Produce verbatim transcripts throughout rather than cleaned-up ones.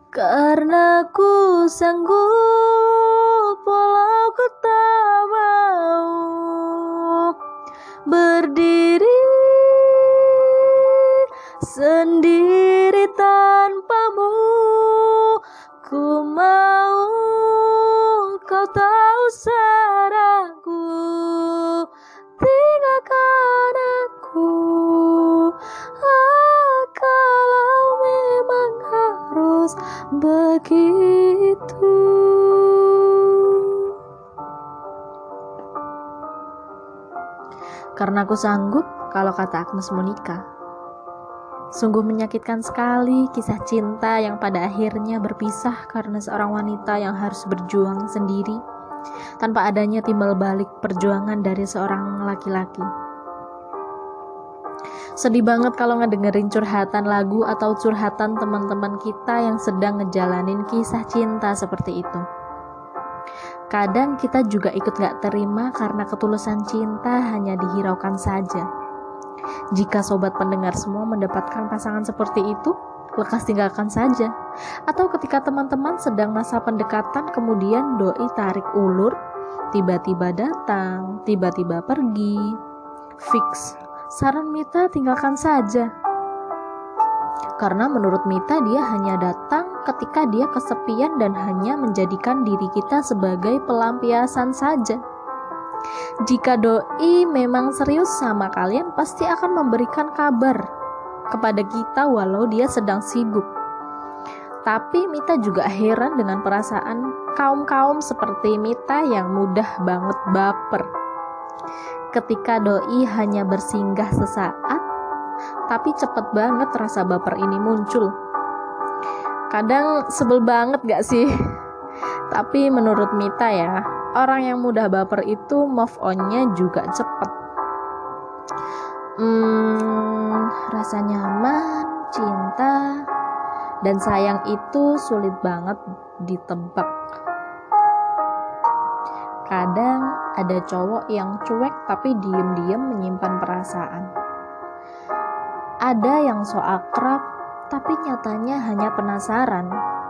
Karena ku sanggup walau ku tak mau berdiri sendiri tanpamu. Ku mau kau tak usah ragu, tinggalkan aku. Ah, kalau memang harus begitu. Karena aku sanggup, kalau kata Agnes Monica. Sungguh menyakitkan sekali kisah cinta yang pada akhirnya berpisah karena seorang wanita yang harus berjuang sendiri tanpa adanya timbal balik perjuangan dari seorang laki-laki. Sedih banget kalau ngedengerin curhatan lagu atau curhatan teman-teman kita yang sedang ngejalanin kisah cinta seperti itu. Kadang kita juga ikut gak terima karena ketulusan cinta hanya dihiraukan saja. Jika sobat pendengar semua mendapatkan pasangan seperti itu, lekas tinggalkan saja. Atau ketika teman-teman sedang masa pendekatan kemudian doi tarik ulur, tiba-tiba datang, tiba-tiba pergi. Fix, saran Mita tinggalkan saja. Karena menurut Mita dia hanya datang ketika dia kesepian dan hanya menjadikan diri kita sebagai pelampiasan saja. Jika doi memang serius sama kalian, pasti akan memberikan kabar kepada kita walau dia sedang sibuk. Tapi Mita juga heran dengan perasaan kaum-kaum seperti Mita yang mudah banget baper. Ketika doi hanya bersinggah sesaat, tapi cepet banget rasa baper ini muncul. Kadang sebel banget gak sih? Tapi menurut Mita ya, orang yang mudah baper itu move on-nya juga cepet. Hmm, rasa nyaman, cinta, dan sayang itu sulit banget ditebak. Kadang ada cowok yang cuek tapi diem-diem menyimpan perasaan. Ada yang so akrab tapi nyatanya hanya penasaran.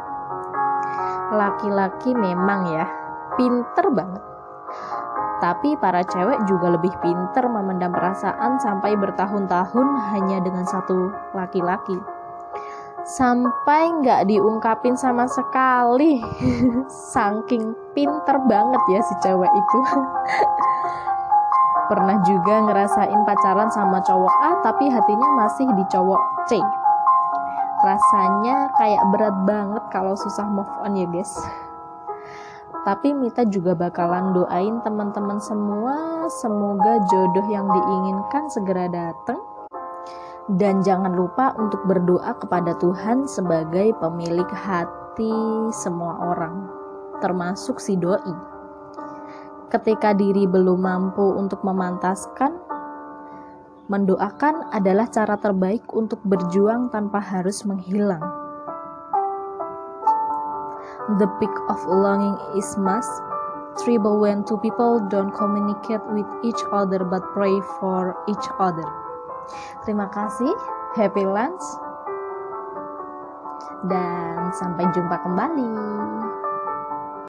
Laki-laki memang ya pinter banget, tapi para cewek juga lebih pinter memendam perasaan sampai bertahun-tahun hanya dengan satu laki-laki, sampai gak diungkapin sama sekali. Saking pinter banget ya si cewek itu. Pernah juga ngerasain pacaran sama cowok A tapi hatinya masih di cowok C. Rasanya kayak berat banget kalau susah move on ya guys. Tapi Mita juga bakalan doain teman-teman semua, semoga jodoh yang diinginkan segera datang. Dan jangan lupa untuk berdoa kepada Tuhan sebagai pemilik hati semua orang, termasuk si doi. Ketika diri belum mampu untuk memantaskan, mendoakan adalah cara terbaik untuk berjuang tanpa harus menghilang. The peak of longing is mass trouble when two people don't communicate with each other but pray for each other. Terima kasih, happy lunch, dan sampai jumpa kembali.